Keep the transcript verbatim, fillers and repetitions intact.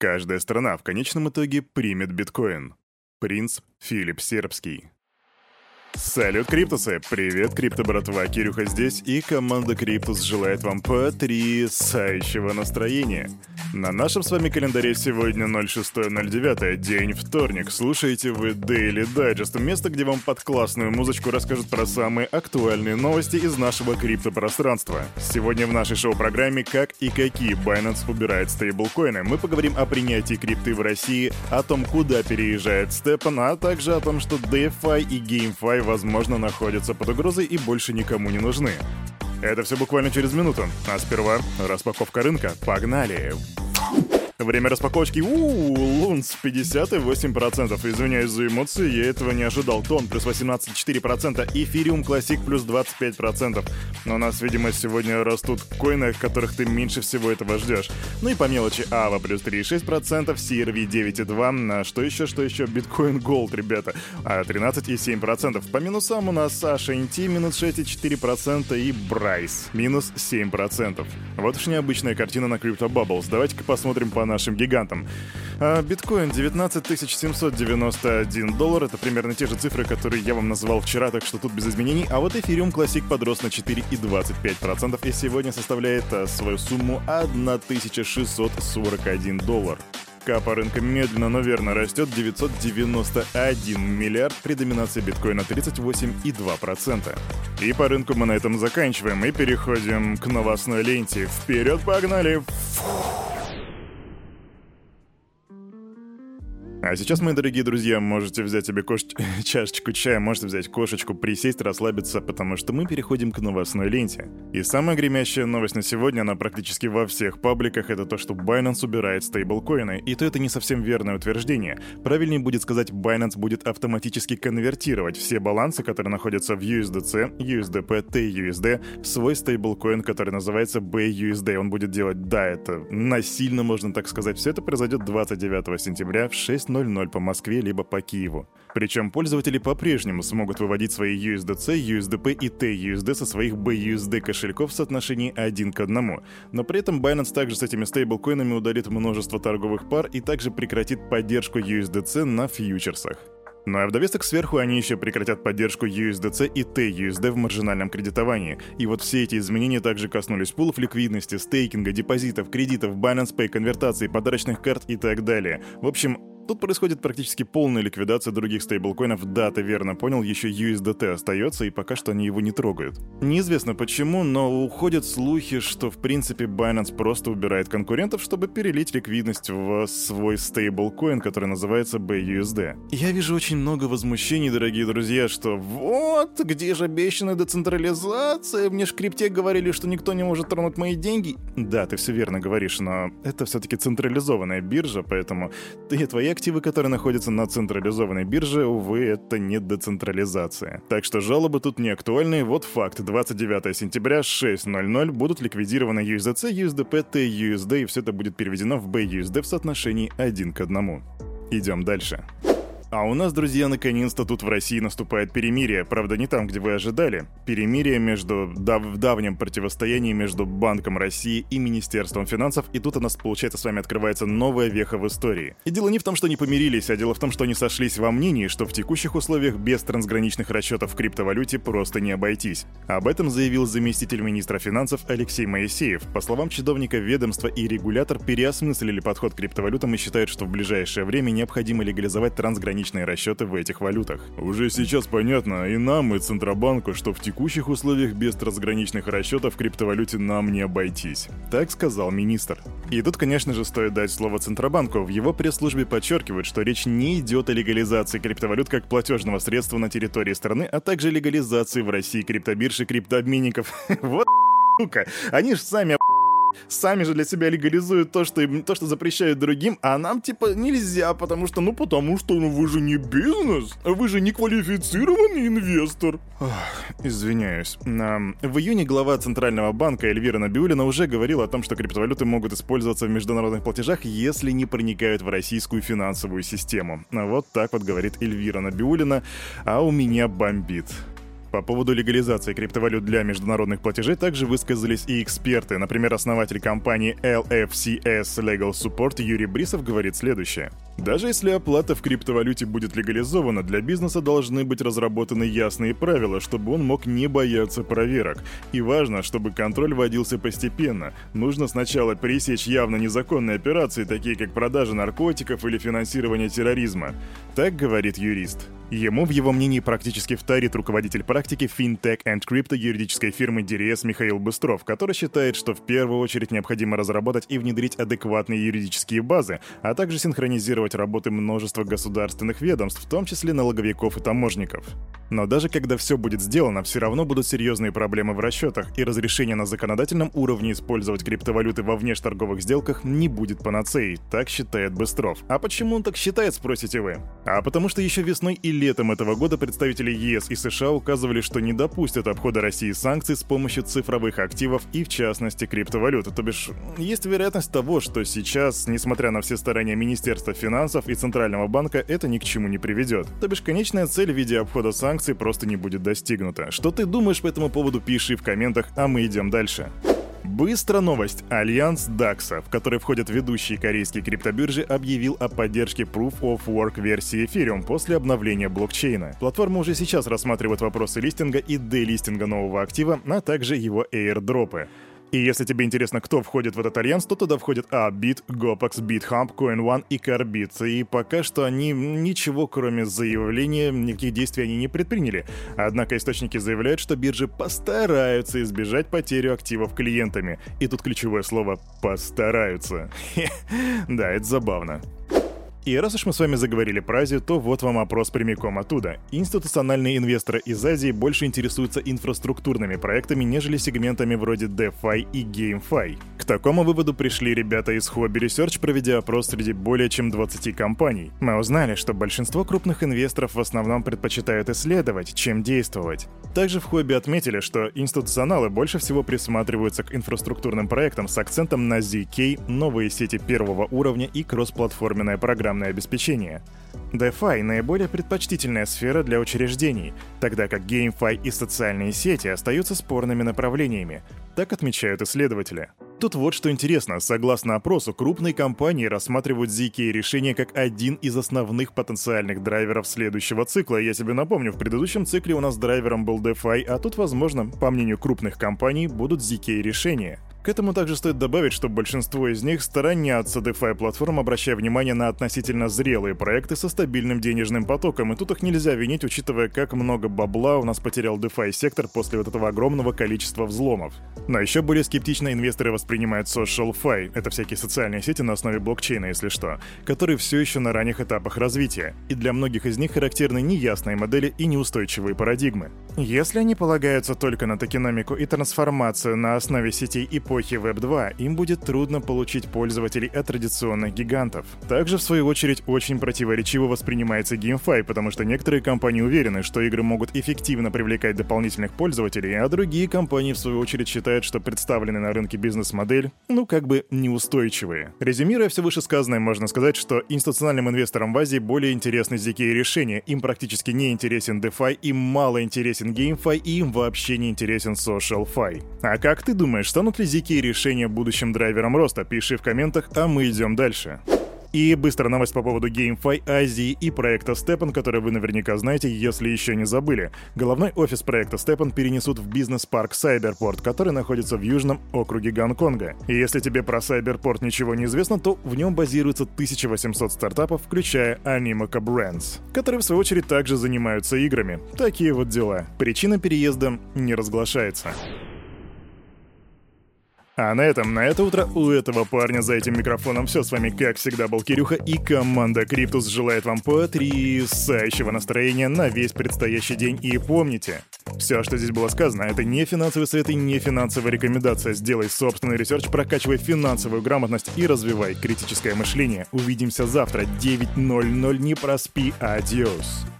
Каждая страна в конечном итоге примет биткоин. Принц Филипп Сербский. Салют, Криптусы! Привет, крипто братва, Кирюха здесь, и команда Криптус желает вам потрясающего настроения. На нашем с вами календаре сегодня ноль шестое ноль девятое, день вторник. Слушаете вы Daily Digest, место, где вам под классную музычку расскажут про самые актуальные новости из нашего криптопространства. Сегодня в нашей шоу-программе «Как и какие Binance убирает стейблкоины». Мы поговорим о принятии крипты в России, о том, куда переезжает Степан, а также о том, что DeFi и GameFi возможно, находятся под угрозой и больше никому не нужны. Это все буквально через минуту. А сперва распаковка рынка. Погнали! Время распаковочки. Ууу, Лунс пятьдесят восемь процентов. Извиняюсь за эмоции, я этого не ожидал. Тон плюс восемнадцать целых четыре десятых процента. Эфириум Классик плюс двадцать пять процентов. Но у нас, видимо, сегодня растут коины, которых ты меньше всего этого ждешь. Ну и по мелочи Ава плюс три целых шесть десятых процента, си эр ви девять целых два процента. А что еще, что еще? Биткоин Голд, ребята. А тринадцать целых семь десятых процента. По минусам у нас аш эн ти минус шесть целых четыре десятых процента и Брайс минус семь процентов. Вот уж необычная картина на Crypto Bubbles. Давайте-ка посмотрим по нашим гигантам. А, биткоин девятнадцать тысяч семьсот девяносто один доллар. Это примерно те же цифры, которые я вам называл вчера, так что тут без изменений. А вот эфириум Классик подрос на четыре целых двадцать пять сотых процента и сегодня составляет а, свою сумму тысяча шестьсот сорок один доллар. Капа рынка медленно, но верно растет, девятьсот девяносто один миллиард при доминации биткоина тридцать восемь целых два десятых процента. И по рынку мы на этом заканчиваем и переходим к новостной ленте. Вперед, погнали! Фух. А сейчас, мои дорогие друзья, можете взять себе кош... чашечку чая, можете взять кошечку, присесть, расслабиться, потому что мы переходим к новостной ленте. И самая гремящая новость на сегодня, она практически во всех пабликах, это то, что Binance убирает стейблкоины. И то это не совсем верное утверждение. Правильнее будет сказать, Binance будет автоматически конвертировать все балансы, которые находятся в ю эс ди си, ю эс ди пи, ти ю эс ди, в свой стейблкоин, который называется би ю эс ди. Он будет делать, да, это насильно, можно так сказать. Все это произойдет двадцать девятого сентября в шесть ноль ноль по Москве либо по Киеву. Причем пользователи по-прежнему смогут выводить свои ю эс ди си, ю эс ди пи и ти ю эс ди со своих би ю эс ди кошельков в соотношении один к одному. Но при этом Binance также с этими стейблкоинами удалит множество торговых пар и также прекратит поддержку ю эс ди си на фьючерсах. Ну а в довесок сверху они еще прекратят поддержку ю эс ди си и ти ю эс ди в маржинальном кредитовании. И вот все эти изменения также коснулись пулов ликвидности, стейкинга, депозитов, кредитов, Binance Pay, конвертаций, подарочных карт и так далее. В общем, тут происходит практически полная ликвидация других стейблкоинов. Да, ты верно понял, еще ю эс ди ти остается, и пока что они его не трогают. Неизвестно почему, но уходят слухи, что в принципе Binance просто убирает конкурентов, чтобы перелить ликвидность в свой стейблкоин, который называется би ю эс ди. Я вижу очень много возмущений, дорогие друзья, что вот, где же обещанная децентрализация? Мне ж в крипте говорили, что никто не может тронуть мои деньги. Да, ты все верно говоришь, но это все-таки централизованная биржа, поэтому ты и твои активы, которые находятся на централизованной бирже, увы, это не децентрализация. Так что жалобы тут не актуальны. Вот факт. двадцать девятого сентября, шесть ноль ноль будут ликвидированы ю эс ди си, ю эс ди пи, ти ю эс ди, и все это будет переведено в би ю эс ди в соотношении один к одному. Идем дальше. А у нас, друзья, наконец-то тут в России наступает перемирие. Правда, не там, где вы ожидали. Перемирие между дав- в давнем противостоянии между Банком России и Министерством финансов. И тут у нас, получается, с вами открывается новая веха в истории. И дело не в том, что они помирились, а дело в том, что они сошлись во мнении, что в текущих условиях без трансграничных расчетов в криптовалюте просто не обойтись. Об этом заявил заместитель министра финансов Алексей Моисеев. По словам чиновника, ведомство и регулятор переосмыслили подход к криптовалютам и считают, что в ближайшее время необходимо легализовать трансграничные расчеты в этих валютах. Уже сейчас понятно и нам, и Центробанку, что в текущих условиях без трансграничных расчетов в криптовалюте нам не обойтись. Так сказал министр. И тут, конечно же, стоит дать слово Центробанку. В его пресс-службе подчеркивают, что речь не идет о легализации криптовалют как платежного средства на территории страны, а также легализации в России криптобирж и криптообменников. Вот сука, они ж сами Сами же для себя легализуют то, что им, то, что запрещают другим, а нам типа нельзя, потому что, ну потому что, ну вы же не бизнес, вы же не квалифицированный инвестор. Ох, извиняюсь. А, в июне глава Центрального банка Эльвира Набиуллина уже говорила о том, что криптовалюты могут использоваться в международных платежах, если не проникают в российскую финансовую систему. Вот так вот говорит Эльвира Набиуллина, а у меня бомбит. По поводу легализации криптовалют для международных платежей также высказались и эксперты. Например, основатель компании эл эф си эс Legal Support Юрий Брисов говорит следующее. Даже если оплата в криптовалюте будет легализована, для бизнеса должны быть разработаны ясные правила, чтобы он мог не бояться проверок. И важно, чтобы контроль вводился постепенно. Нужно сначала пресечь явно незаконные операции, такие как продажа наркотиков или финансирование терроризма. Так говорит юрист. Ему, в его мнении, практически вторит руководитель практики FinTech and Crypto юридической фирмы ди ар эс Михаил Быстров, который считает, что в первую очередь необходимо разработать и внедрить адекватные юридические базы, а также синхронизировать работы множества государственных ведомств, в том числе налоговиков и таможников. Но даже когда все будет сделано, все равно будут серьезные проблемы в расчетах, и разрешение на законодательном уровне использовать криптовалюты во внешторговых сделках не будет панацеей, так считает Быстров. А почему он так считает, спросите вы? А потому что еще весной и летом этого года представители е эс и США указывали, что не допустят обхода России санкций с помощью цифровых активов и, в частности, криптовалюты. То бишь, есть вероятность того, что сейчас, несмотря на все старания Министерства финансов и Центрального банка, это ни к чему не приведет. То бишь, конечная цель в виде обхода санкций просто не будет достигнута. Что ты думаешь по этому поводу, пиши в комментах, а мы идем дальше. Быстро новость. Альянс дакса, в который входят ведущие корейские криптобиржи, объявил о поддержке Proof of Work версии Ethereum после обновления блокчейна. Платформа уже сейчас рассматривает вопросы листинга и делистинга нового актива, а также его эйрдропы. И если тебе интересно, кто входит в этот альянс, то туда входят Abit, Gopax, BitHump, CoinOne и Carbit. И пока что они ничего, кроме заявления, никаких действий они не предприняли. Однако источники заявляют, что биржи постараются избежать потери активов клиентами. И тут ключевое слово «постараются». Да, это забавно. И раз уж мы с вами заговорили про Азию, то вот вам опрос прямиком оттуда. Институциональные инвесторы из Азии больше интересуются инфраструктурными проектами, нежели сегментами вроде DeFi и GameFi. К такому выводу пришли ребята из Hobby Research, проведя опрос среди более чем двадцати компаний. Мы узнали, что большинство крупных инвесторов в основном предпочитают исследовать, чем действовать. Также в Hobby отметили, что институционалы больше всего присматриваются к инфраструктурным проектам с акцентом на зет кей, новые сети первого уровня и кроссплатформенное программное обеспечение. DeFi — наиболее предпочтительная сфера для учреждений, тогда как GameFi и социальные сети остаются спорными направлениями, так отмечают исследователи. Тут вот что интересно, согласно опросу, крупные компании рассматривают зет кей решение как один из основных потенциальных драйверов следующего цикла. Я тебе напомню, в предыдущем цикле у нас драйвером был DeFi, а тут, возможно, по мнению крупных компаний, будут зет кей решения. К этому также стоит добавить, что большинство из них сторонятся DeFi-платформ, обращая внимание на относительно зрелые проекты со стабильным денежным потоком, и тут их нельзя винить, учитывая, как много бабла у нас потерял DeFi-сектор после вот этого огромного количества взломов. Но еще более скептично инвесторы воспринимают SocialFi, это всякие социальные сети на основе блокчейна, если что, которые все еще на ранних этапах развития, и для многих из них характерны неясные модели и неустойчивые парадигмы. Если они полагаются только на токеномику и трансформацию на основе сетей и эпохи веб два, им будет трудно получить пользователей от традиционных гигантов. Также, в свою очередь, очень противоречиво воспринимается GameFi, потому что некоторые компании уверены, что игры могут эффективно привлекать дополнительных пользователей, а другие компании, в свою очередь, считают, что представленная на рынке бизнес-модель, ну, как бы неустойчивые. Резюмируя все вышесказанное, можно сказать, что институциональным инвесторам в Азии более интересны зет кей решения, им практически не интересен DeFi, им мало интересен GameFi, и им вообще не интересен SocialFi. А как ты думаешь, станут ли зет кей решения будущим драйвером роста? Пиши в комментах, а мы идем дальше. И быстрая новость по поводу GameFi Азии и проекта Steppen, который вы наверняка знаете, если еще не забыли. Головной офис проекта Steppen перенесут в бизнес-парк Cyberport, который находится в южном округе Гонконга. И если тебе про Cyberport ничего не известно, то в нем базируется тысяча восемьсот стартапов, включая Animoca Brands, которые в свою очередь также занимаются играми. Такие вот дела. Причина переезда не разглашается. А на этом, на это утро у этого парня за этим микрофоном все. С вами, как всегда, был Кирюха, и команда Криптус желает вам потрясающего настроения на весь предстоящий день. И помните, все, что здесь было сказано, это не финансовый совет и не финансовая рекомендация. Сделай собственный ресерч, прокачивай финансовую грамотность и развивай критическое мышление. Увидимся завтра, девять ноль ноль, не проспи, адиос.